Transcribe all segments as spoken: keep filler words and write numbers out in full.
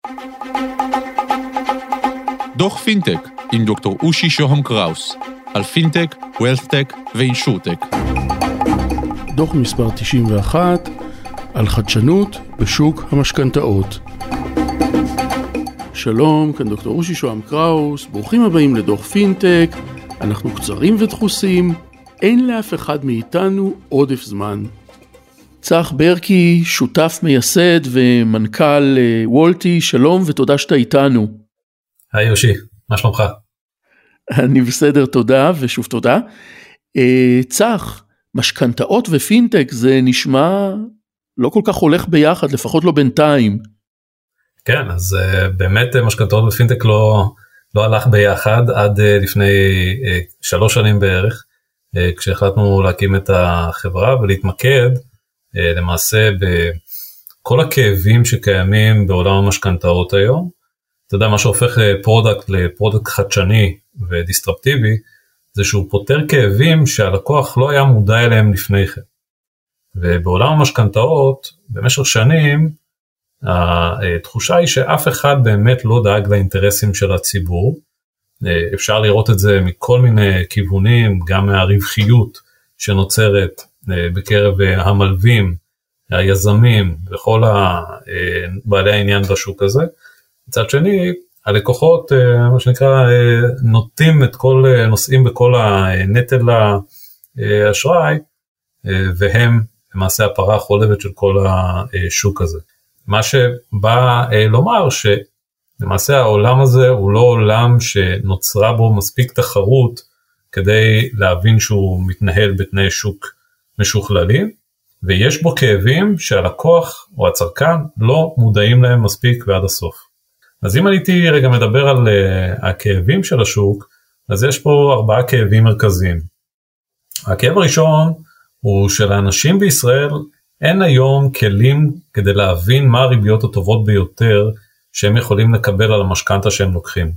דוח פינטק עם דוקטור אושי שוהם קראוס על פינטק, ווילת'טק ואינשורטק. דוח מספר תשעים ואחת על חדשנות בשוק המשכנתאות. שלום, כאן דוקטור אושי שוהם קראוס, ברוכים הבאים לדוח פינטק. אנחנו קצרים ודחוסים, אין לאף אחד מאיתנו עודף זמן. צח ברקי, שותף מייסד ומנכ"ל וולטי, שלום ותודה שאתה איתנו. היי יושי, מה שלומך? אני בסדר, תודה ושוב תודה. צח, משכנתאות ופינטק זה נשמע לא כל כך הולך ביחד, לפחות לא בינתיים. כן, אז באמת משכנתאות ופינטק לא, לא הלך ביחד עד לפני שלוש שנים בערך, כשהחלטנו להקים את החברה ולהתמקד למעשה בכל הכאבים שקיימים בעולם המשכנתאות היום. אתה יודע, מה שהופך פרודקט לפרודקט חדשני ודיסטרפטיבי, זה שהוא פותר כאבים שהלקוח לא היה מודע אליהם לפני כן. ובעולם המשכנתאות, במשך שנים, התחושה היא שאף אחד באמת לא דאג לאינטרסים של הציבור. אפשר לראות את זה מכל מיני כיוונים, גם מהרווחיות שנוצרת בקרב המלווים, היזמים וכל בעלי העניין בשוק הזה. מצד שני, הלקוחות, מה שנקרא, נוטים את כל, נושאים בכל הנטל האשראי, והם למעשה הפרה החולבת של כל השוק הזה. מה שבא לומר שלמעשה העולם הזה הוא לא עולם שנוצרה בו מספיק תחרות, כדי להבין שהוא מתנהל בתנאי שוק משוכללים, ויש בו כאבים שהלקוח או הצרכן לא מודעים להם מספיק ועד הסוף. אז אם הייתי רגע מדבר על uh, הכאבים של השוק, אז יש פה ארבעה כאבים מרכזיים. הכאב הראשון הוא שלאנשים בישראל אין היום כלים כדי להבין מה הריביות הטובות ביותר שהם יכולים לקבל על המשכנתה שהם לוקחים.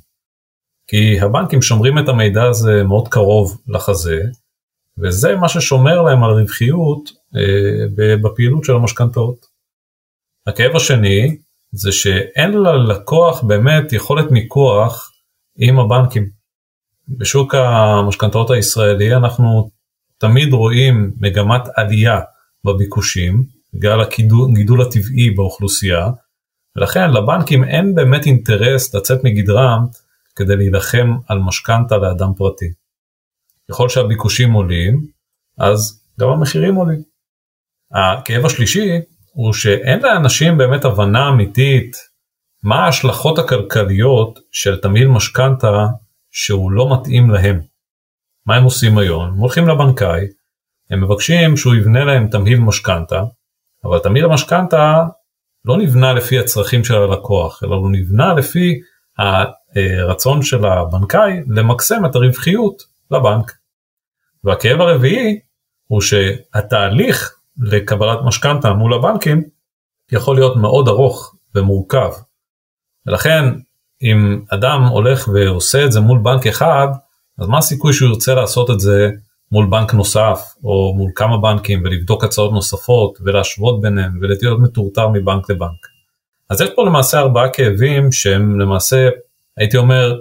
כי הבנקים שומרים את המידע הזה מאוד קרוב לחזה, וזה מה ששומר להם על רווחיות uh, בפעילות של המשכנתאות. הכאב השני, זה שאין ללקוח באמת יכולת מיקוח עם הבנקים. בשוק המשכנתאות הישראלי אנחנו תמיד רואים מגמת עלייה בביקושים, בגלל הגידול הטבעי באוכלוסייה, ולכן לבנקים אין באמת אינטרס לצאת מגדרם כדי להילחם על משכנתה לאדם פרטי. ככל שהביקושים עולים, אז גם המחירים עולים. הכאב השלישי, הוא שאין לאנשים באמת הבנה אמיתית מה ההשלכות הכלכליות של תמהיל משכנתה שהוא לא מתאים להם. מה הם עושים היום? הם הולכים לבנקאי, הם מבקשים שהוא יבנה להם תמהיל משכנתה, אבל תמהיל המשכנתה לא נבנה לפי הצרכים של הלקוח, אלא הוא נבנה לפי הרצון של הבנקאי למקסם את הרווחיות לבנק. והכאב הרביעי הוא שהתהליך לקבלת משכנתה מול הבנקים יכול להיות מאוד ארוך ומורכב. ולכן אם אדם הולך ועושה את זה מול בנק אחד, אז מה הסיכוי שהוא ירצה לעשות את זה מול בנק נוסף או מול כמה בנקים ולבדוק הצעות נוספות ולהשוות ביניהם ולהיות מטורטר מבנק לבנק. אז יש פה למעשה ארבעה כאבים שהם למעשה, הייתי אומר,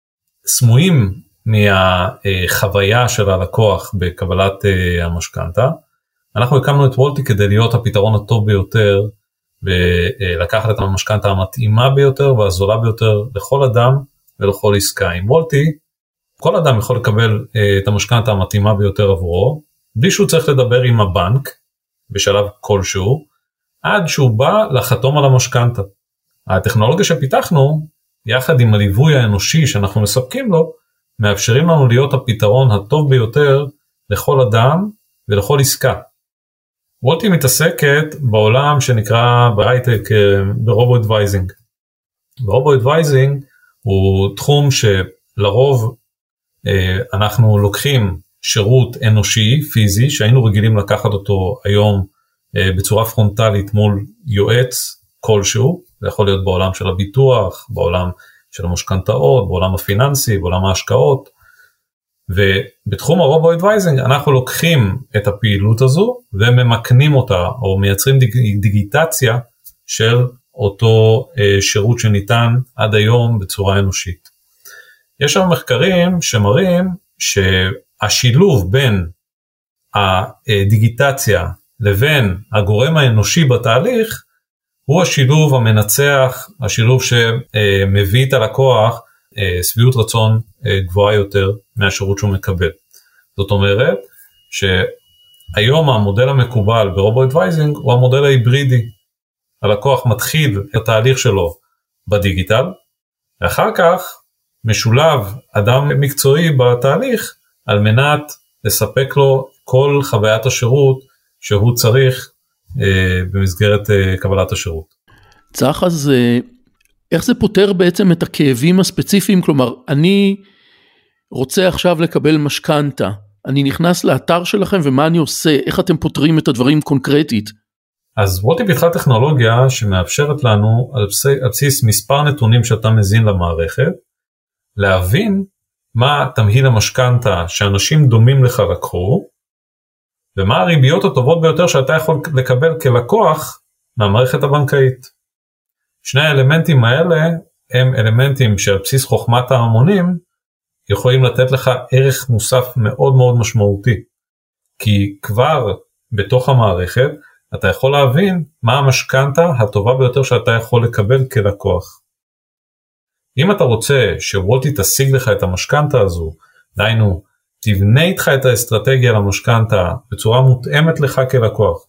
סמויים מהחוויה של הלקוח בקבלת המשכנתה. אנחנו הקמנו את וולטי כדי להיות הפתרון הטוב ביותר, ולקחת את המשכנתה המתאימה ביותר והזולה ביותר לכל אדם ולכל עסקה. עם וולטי, כל אדם יכול לקבל את המשכנתה המתאימה ביותר עבורו, בלי שהוא צריך לדבר עם הבנק בשלב כלשהו, עד שהוא בא לחתום על המשכנתה. הטכנולוגיה שפיתחנו, יחד עם הליווי האנושי שאנחנו מספקים לו, מאפשרים לנו להיות הפתרון הטוב ביותר לכל אדם ולכל עסקה. וולטי מתעסקת בעולם שנקרא בהייטק ברובו-אדוויזינג. ברובו-אדוויזינג הוא תחום שלרוב אנחנו לוקחים שירות אנושי, פיזי, שהיינו רגילים לקחת אותו היום בצורה פרונטלית מול יועץ כלשהו, זה יכול להיות בעולם של הביטוח, בעולם של המשכנתאות, בעולם הפיננסי, בעולם ההשקעות, ובתחום הרובו-אדוויזינג אנחנו לוקחים את הפעילות הזו וממקנים אותה או מייצרים דיג, דיגיטציה של אותו שירות שניתן עד היום בצורה אנושית. יש שם מחקרים שמראים שהשילוב בין הדיגיטציה לבין הגורם האנושי בתהליך, הוא השילוב המנצח, השילוב שמביא את הלקוח שביעות רצון גבוהה יותר מהשירות שהוא מקבל. זאת אומרת שהיום המודל המקובל ברובו-אדוויזינג הוא המודל ההיברידי. הלקוח מתחיל את התהליך שלו בדיגיטל, ואחר כך משולב אדם מקצועי בתהליך על מנת לספק לו כל חוויית השירות שהוא צריך אה, במסגרת אה, קבלת השירות. צח, אז אה, איך זה פותר בעצם את הכאבים הספציפיים? כלומר, אני רוצה עכשיו לקבל משכנתה, אני נכנס לאתר שלכם ומה אני עושה? איך אתם פותרים את הדברים קונקרטית? אז וולטי פיתחה טכנולוגיה שמאפשרת לנו על בסיס, על בסיס מספר נתונים שאתה מזין למערכת, להבין מה תמהיל המשכנתה שאנשים דומים לך לקחו, ומה הריביות הטובות ביותר שאתה יכול לקבל כלקוח מהמערכת הבנקאית. שני האלמנטים האלה הם אלמנטים שעל בסיס חוכמת ההמונים יכולים לתת לך ערך מוסף מאוד מאוד משמעותי, כי כבר בתוך המערכת אתה יכול להבין מה המשכנתה הטובה ביותר שאתה יכול לקבל כלקוח. אם אתה רוצה שוולטי תשיג לך את המשכנתה הזו, דיינו, תבנה איתך את האסטרטגיה למשכנתה בצורה מותאמת לך כלקוח,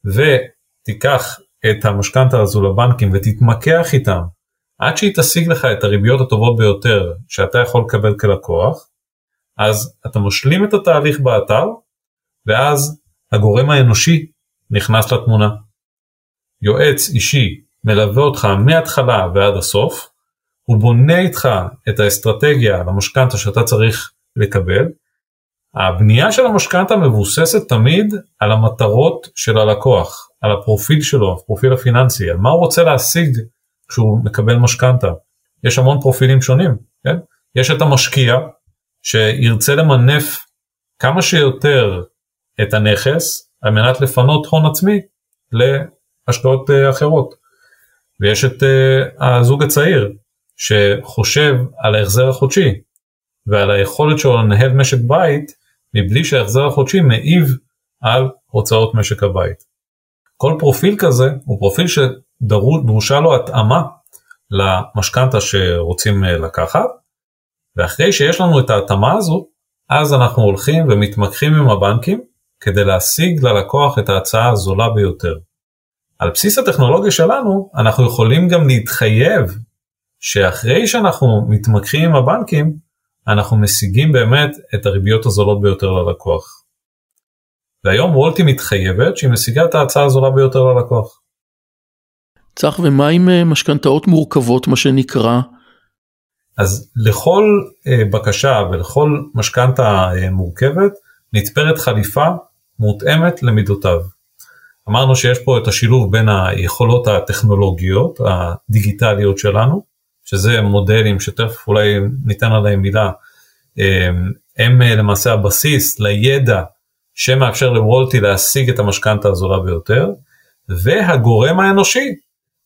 ותיקח את המשכנתה הזו לבנקים ותתמקח איתם, עד שהיא תשיג לך את הריביות הטובות ביותר שאתה יכול לקבל כלקוח, אז אתה משלים את התהליך באתר, ואז הגורם האנושי נכנס לתמונה. יועץ אישי מלווה אותך מההתחלה ועד הסוף, הוא בונה איתך את האסטרטגיה למשכנתה שאתה צריך לקבל. הבנייה של המשכנתה מבוססת תמיד על המטרות של הלקוח, על הפרופיל שלו, הפרופיל הפיננסי, על מה הוא רוצה להשיג כשהוא מקבל משכנתה. יש המון פרופילים שונים, כן? יש את המשקיע שירצה למנף כמה שיותר את הנכס על מנת לפנות הון עצמי להשקעות אחרות. ויש את הזוג הצעיר שחושב על ההחזר החודשי ועל היכולת שלו לנהל משק בית מבלי שההחזר החודשי מעיב על הוצאות משק הבית. כל פרופיל כזה הוא פרופיל שדרושה לו התאמה למשכנתה שרוצים לקחת, ואחרי שיש לנו את ההתאמה הזו, אז אנחנו הולכים ומתמקחים עם הבנקים כדי להשיג ללקוח את ההצעה הזולה ביותר. על בסיס הטכנולוגיה שלנו אנחנו יכולים גם להתחייב שאחרי שאנחנו מתמקחים עם הבנקים, אנחנו משיגים באמת את הריביות הזולות ביותר ללקוח. והיום וולטי מתחייבת שהיא משיגה את ההצעה הזולה ביותר ללקוח. צח, ומה עם משכנתאות מורכבות, מה שנקרא? אז לכל בקשה ולכל משכנתה מורכבת, נתפרת חליפה מותאמת למידותיו. אמרנו שיש פה את השילוב בין היכולות הטכנולוגיות, הדיגיטליות שלנו, שזה מודלים שתכף אולי ניתן עליהם מילה, הם למעשה הבסיס לידע שמאפשר לוולטי להשיג את המשכנתה הזולה ביותר, והגורם האנושי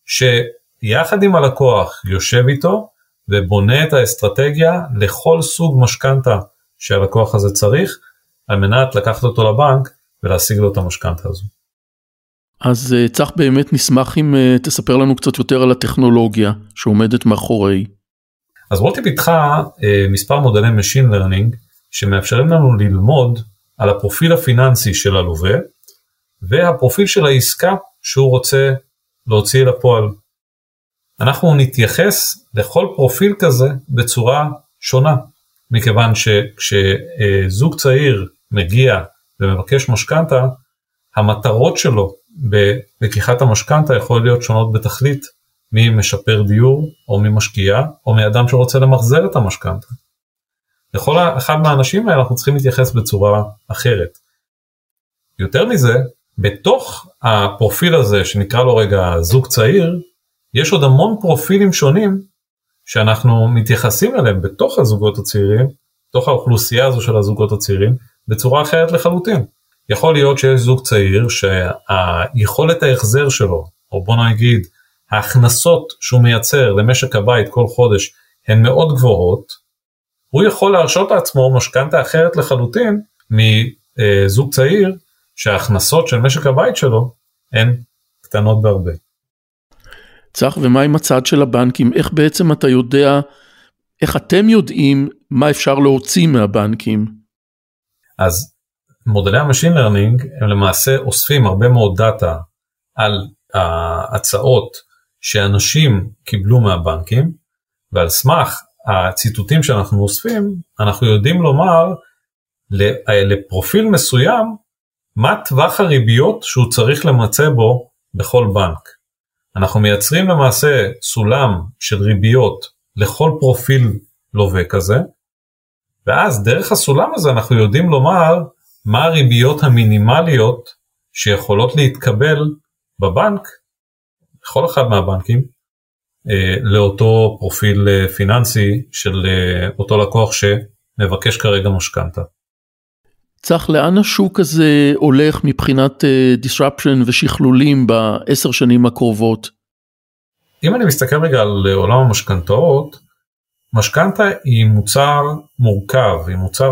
שיחד עם הלקוח יושב איתו ובונה את האסטרטגיה לכל סוג משכנתה שהלקוח הזה צריך, על מנת לקחת אותו לבנק ולהשיג לו את המשכנתה הזו. אז צח, באמת נשמח אם תספר לנו קצת יותר על הטכנולוגיה שעומדת מאחורי. אז וולטי פיתחה מספר מודלי Machine Learning שמאפשרים לנו ללמוד על הפרופיל הפיננסי של הלווה, והפרופיל של העסקה שהוא רוצה להוציא לפועל. אנחנו נתייחס לכל פרופיל כזה בצורה שונה, מכיוון שכשזוג צעיר מגיע ומבקש משכנתה, המטרות שלו בלקיחת המשכנתה יכול להיות שונות בתכלית, מי משפר דיור, או מי משקיע, או מאדם שרוצה למחזר את המשכנתה. לכל אחד מהאנשים האלה אנחנו צריכים להתייחס בצורה אחרת. יותר מזה, בתוך הפרופיל הזה שנקרא לו רגע זוג צעיר, יש עוד המון פרופילים שונים שאנחנו מתייחסים אליהם בתוך הזוגות הצעירים, בתוך האוכלוסייה הזו של הזוגות הצעירים, בצורה אחרת לחלוטין. יכול להיות שיש זוג צעיר שהיכולת ההחזר שלו, או בוא נגיד, ההכנסות שהוא מייצר למשק הבית כל חודש הן מאוד גבוהות, הוא יכול להרשות לעצמו משכנתה אחרת לחלוטין מזוג צעיר שההכנסות של משק הבית שלו הן קטנות בהרבה. צח, ומה עם הצד של הבנקים? איך בעצם אתה יודע, איך אתם יודעים מה אפשר להוציא מהבנקים? אז מודלי המשין לרנינג הם למעשה אוספים הרבה מאוד דאטה על ההצעות שאנשים קיבלו מהבנקים, ועל סמך הציטוטים שאנחנו אוספים, אנחנו יודעים לומר לפרופיל מסוים, מה טווח הריביות שהוא צריך למצא בו בכל בנק. אנחנו מייצרים למעשה סולם של ריביות לכל פרופיל לווה כזה, ואז דרך הסולם הזה אנחנו יודעים לומר מה הריביות המינימליות שיכולות להתקבל בבנק, בכל אחד מהבנקים, לאותו פרופיל פיננסי של אותו לקוח שמבקש כרגע משכנתה. צח, לאן השוק הזה הולך מבחינת disruption ושכלולים בעשר שנים הקרובות? אם אני מסתכל רגע על עולם המשכנתאות, משכנתה היא מוצר מורכב, היא מוצר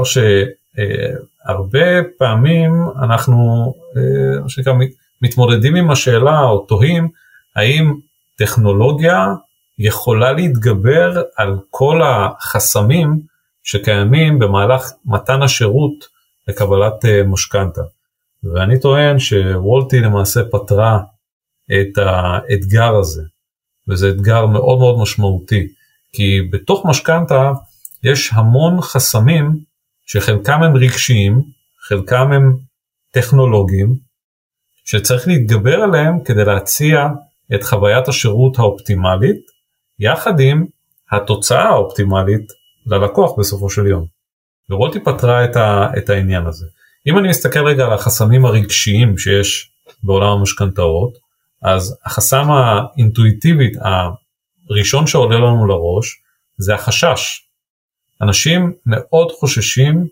שהרבה פעמים אנחנו שנקרא, מתמודדים עם השאלה או תוהים, האם טכנולוגיה יכולה להתגבר על כל החסמים שקיימים במהלך מתן השירות לקבלת משכנתה. ואני טוען שוולטי למעשה פתרה את האתגר הזה, וזה אתגר מאוד מאוד משמעותי, כי בתוך משכנתה יש המון חסמים שחלקם הם רגשיים, חלקם הם טכנולוגיים, שצריך להתגבר עליהם כדי להציע את חוויית השירות האופטימלית, יחד עם התוצאה האופטימלית ללקוח בסופו של יום. וולטי פתרה את, ה, את העניין הזה. אם אני מסתכל רגע על החסמים הרגשיים שיש בעולם המשכנתאות, אז החסם האינטואיטיבית הראשון שעולה לנו לראש, זה החשש. אנשים מאוד חוששים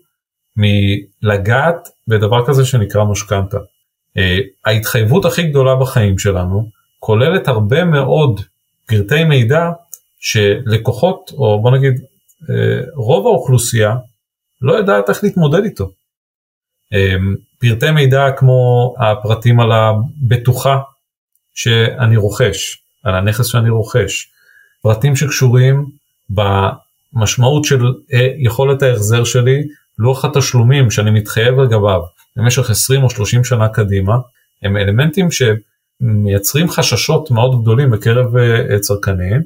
מלגעת בדבר כזה שנקרא משכנתה. ההתחייבות הכי גדולה בחיים שלנו, כוללת הרבה מאוד פרטי מידע שלקוחות, או בוא נגיד רוב האוכלוסייה, לא יודעת איך להתמודד איתו. פרטי מידע כמו הפרטים על הבטוחה שאני רוכש, על הנכס שאני רוכש, פרטים שקשורים במשמעות של יכולת ההחזר שלי, לוח התשלומים שאני מתחייב לגביו במשך עשרים או שלושים שנה קדימה, הם אלמנטים שמייצרים חששות מאוד גדולים בקרב צרכנים,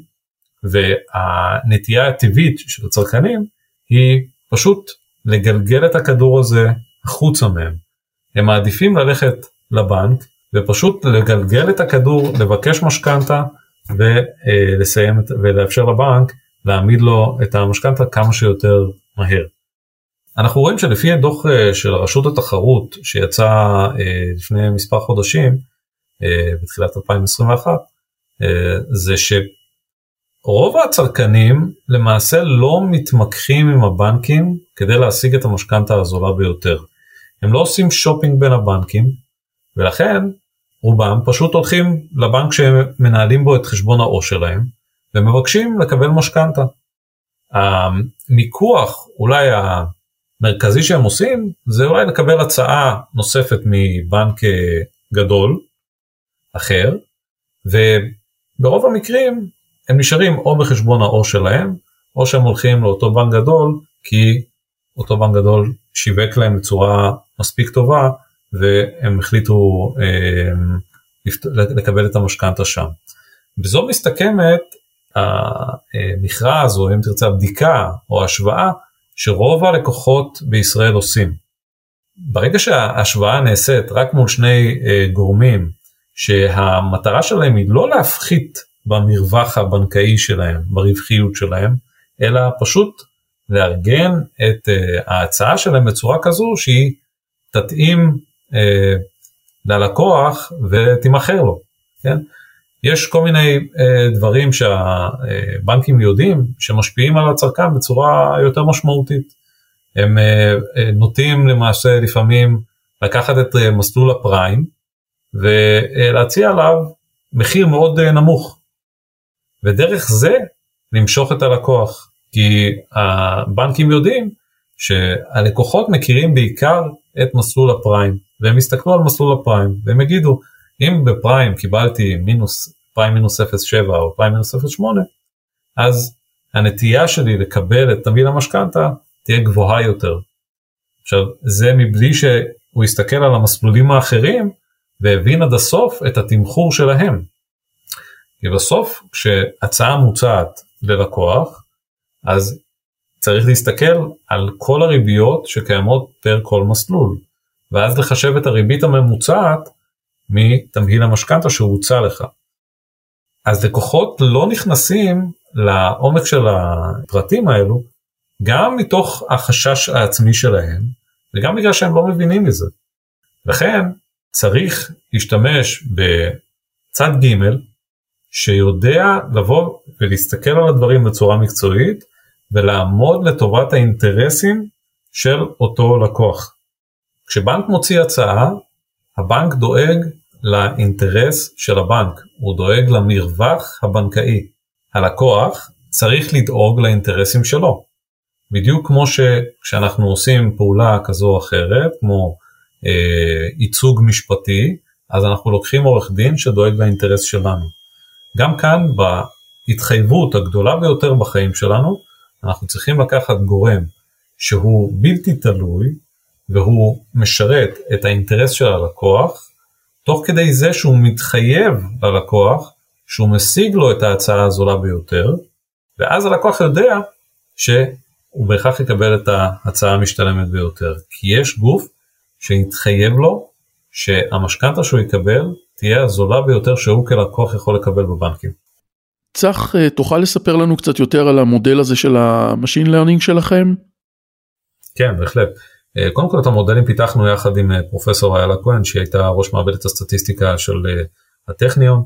והנטייה הטבעית של הצרכנים היא פשוט לגלגל את הכדור הזה החוצה מהם. הם מעדיפים ללכת לבנק ופשוט לגלגל את הכדור, לבקש משכנתה ולסיים ולאפשר לבנק להעמיד לו את המשכנתה כמה שיותר מהר. אנחנו רואים שלפי הדוח של רשות התחרות שיצא לפני מספר חודשים, בתחילת אלפיים עשרים ואחת, זה שרוב הצרכנים למעשה לא מתמקחים עם הבנקים כדי להשיג את המשכנתה הזולה ביותר. הם לא עושים שופינג בין הבנקים, ולכן רובם פשוט הולכים לבנק שהם מנהלים בו את חשבון העו"ש שלהם, ומבקשים לקבל משכנתה. המיקוח אולי המרכזי שהם עושים, זה אולי לקבל הצעה נוספת מבנק גדול אחר, וברוב המקרים הם נשארים או בחשבון העו"ש שלהם, או שהם הולכים לאותו בנק גדול, כי אותו בנק גדול שיווק להם בצורה מספיק טובה, והם החליטו אה, לקבל את המשכנתה שם. בזו מסתכמת המכרז, או אם תרצה הבדיקה או השוואה, שרוב הלקוחות בישראל עושים. ברגע שההשוואה נעשית רק מול שני אה, גורמים, שהמטרה שלהם היא לא להפחית במרווח הבנקאי שלהם, ברווחיות שלהם, אלא פשוט לארגן את uh, ההצעה שלהם בצורה כזו שהיא תתאים uh, ללקוח ותמחר לו. כן? יש כל מיני uh, דברים שהבנקים יודעים שמשפיעים על הצרכן בצורה יותר משמעותית. הם uh, uh, נוטים למעשה לפעמים לקחת את uh, מסלול הפריים ולהציע עליו מחיר מאוד uh, נמוך, ודרך זה למשוך את הלקוח, כי הבנקים יודעים שהלקוחות מכירים בעיקר את מסלול הפריים, והם יסתכלו על מסלול הפריים, והם יגידו, אם בפריים קיבלתי מינוס, פריים מינוס אפס נקודה שבע או פריים מינוס אפס נקודה שמונה, אז הנטייה שלי לקבל את תמהיל המשכנתה תהיה גבוהה יותר. עכשיו, זה מבלי שהוא יסתכל על המסלולים האחרים, והבין עד הסוף את התמחור שלהם. כי בסוף, כשהצעה מוצעת ללקוח, אז צריך להסתכל על כל הריביות שקיימות פר כל מסלול, ואז לחשב את הריבית הממוצעת מתמהיל המשכנתה שהוצע לך. אז לקוחות לא נכנסים לעומק של הפרטים האלו, גם מתוך החשש העצמי שלהם, וגם בגלל שהם לא מבינים מזה. לכן צריך להשתמש בצד ג' שיודע לבוא ולהסתכל על הדברים בצורה מקצועית, ולעמוד לטובת האינטרסים של אותו לקוח. כשבנק מוציא הצעה, הבנק דואג לאינטרס של הבנק, הוא דואג למרווח הבנקאי. הלקוח צריך לדאוג לאינטרסים שלו. בדיוק כמו שכשאנחנו עושים פעולה כזו או אחרת, כמו אה, ייצוג משפטי, אז אנחנו לוקחים עורך דין שדואג לאינטרס שלנו. גם כאן בהתחייבות הגדולה ביותר בחיים שלנו, אנחנו צריכים לקחת גורם שהוא בלתי תלוי, והוא משרת את האינטרס של הלקוח, תוך כדי זה שהוא מתחייב ללקוח, שהוא משיג לו את ההצעה הזולה ביותר, ואז הלקוח יודע שהוא בהכרח יקבל את ההצעה המשתלמת ביותר, כי יש גוף שיתחייב לו שהמשכנתה שהוא יקבל תהיה הזולה ביותר שהוא כלקוח יכול לקבל בבנקים. צח, תוכל לספר לנו קצת יותר על המודל הזה של המשין לרנינג שלכם? כן, בהחלט. קודם כל את המודלים פיתחנו יחד עם פרופסור איילה כהן, שהיא הייתה ראש מעבדת הסטטיסטיקה של הטכניון,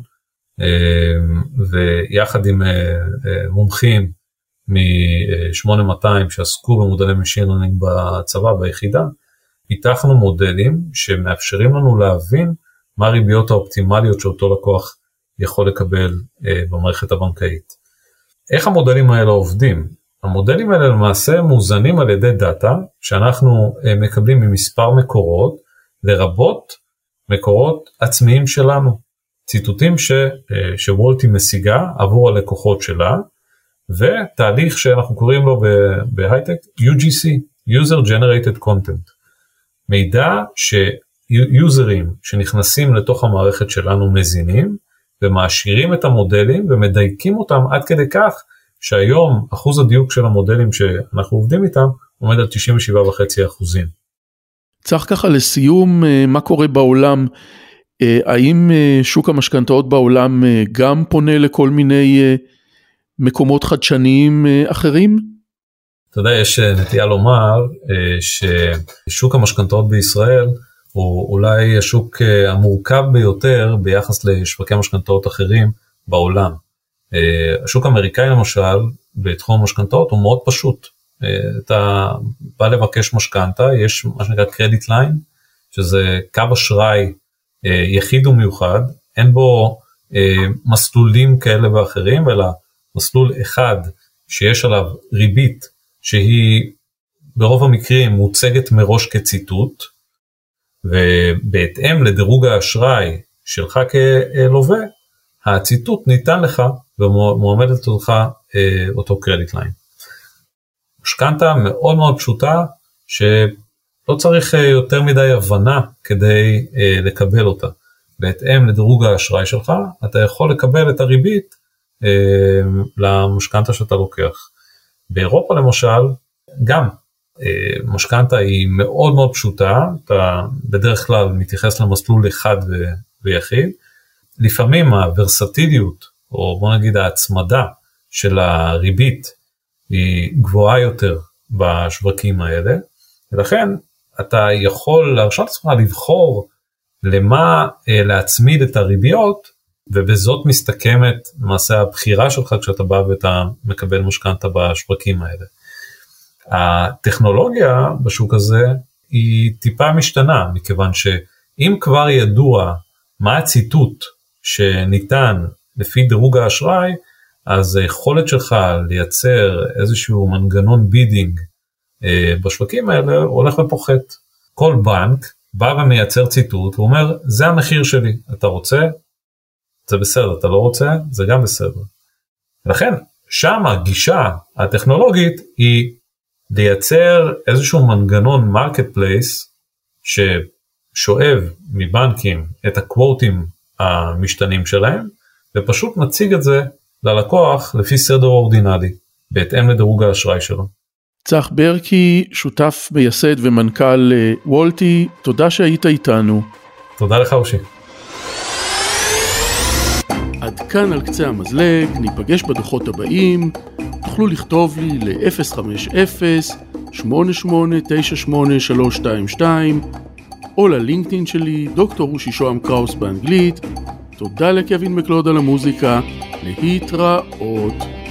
ויחד עם מומחים מ-שמונה מאתיים שעסקו במודלי משין לרנינג בצבא, ביחידה, פיתחנו מודלים שמאפשרים לנו להבין מה הריביות האופטימליות שאותו לקוח יכול לקבל במערכת הבנקאית. איך המודלים האלה עובדים? המודלים האלה למעשה מוזנים על ידי דאטה שאנחנו מקבלים ממספר מקורות, לרבות מקורות עצמיים שלנו, ציטוטים ש, שוולטי משיגה עבור הלקוחות שלה, ותהליך שאנחנו קוראים לו בהייטק יו ג'י סי, User Generated Content. מידע שיוזרים שנכנסים לתוך המערכת שלנו מזינים, ומעשירים את המודלים ומדייקים אותם עד כדי כך, שהיום אחוז הדיוק של המודלים שאנחנו עובדים איתם, עומד על תשעים ושבע נקודה חמש אחוזים. צריך ככה לסיום, מה קורה בעולם? האם שוק המשכנתאות בעולם גם פונה לכל מיני מקומות חדשניים אחרים? אתה יודע, יש נטייה לומר ששוק המשכנתאות בישראל הוא אולי השוק המורכב ביותר ביחס לשווקי משכנתאות אחרים בעולם. השוק האמריקאי למשל בתחום המשכנתאות הוא מאוד פשוט. אתה בא לבקש משכנתה, יש מה שנקרא קרדיט ליין, שזה קו אשראי יחיד ומיוחד, אין בו מסלולים כאלה ואחרים, אלא מסלול אחד שיש עליו ריבית שהיא ברוב המקרים מוצגת מראש כציטוט, ובהתאם לדירוג האשראי שלך כלווה, הציטוט ניתן לך ומועמדת לך אותו קרדיט ליין. משכנתה מאוד מאוד פשוטה, שלא צריך יותר מדי הבנה כדי לקבל אותה. בהתאם לדירוג האשראי שלך, אתה יכול לקבל את הריבית למשכנתה שאתה לוקח. באירופה למשל, גם משכנתה היא מאוד מאוד פשוטה, אתה בדרך כלל מתייחס למסלול אחד ויחיד, לפעמים הוורסטיליות, או בוא נגיד ההצמדה של הריבית, היא גבוהה יותר בשווקים האלה, ולכן אתה יכול להרשות עצמך לבחור למה להצמיד את הריביות, ובזאת מסתכמת למעשה הבחירה שלך כשאתה בא ואתה מקבל משכנתה בשווקים האלה. הטכנולוגיה בשוק הזה היא טיפה משתנה, מכיוון שאם כבר ידוע מה הציטוט שניתן לפי דירוג האשראי, אז היכולת שלך לייצר איזשהו מנגנון בידינג אה, בשווקים האלה הולך ופוחת. כל בנק בא ומייצר ציטוט, הוא אומר, זה המחיר שלי, אתה רוצה? זה בסדר, אתה לא רוצה? זה גם בסדר. לכן, שם הגישה הטכנולוגית היא לייצר איזשהו מנגנון מרקט פלייס, ששואב מבנקים את הקוואטים המשתנים שלהם, ופשוט מציג את זה ללקוח לפי סדר אורדינלי, בהתאם לדירוג האשראי שלו. צח ברקי, שותף מייסד ומנכ"ל וולטי, תודה שהיית איתנו. תודה לך אושי. עד כאן על קצה המזלג, ניפגש בדוחות הבאים, תוכלו לכתוב לי ל-אפס חמש אפס שמונה שמונה תשע שמונה שלוש שתיים שתיים או ללינקדאין שלי, דוקטור אושי שוהם קראוס באנגלית. תודה לקווין מקלוד על המוזיקה, להתראות.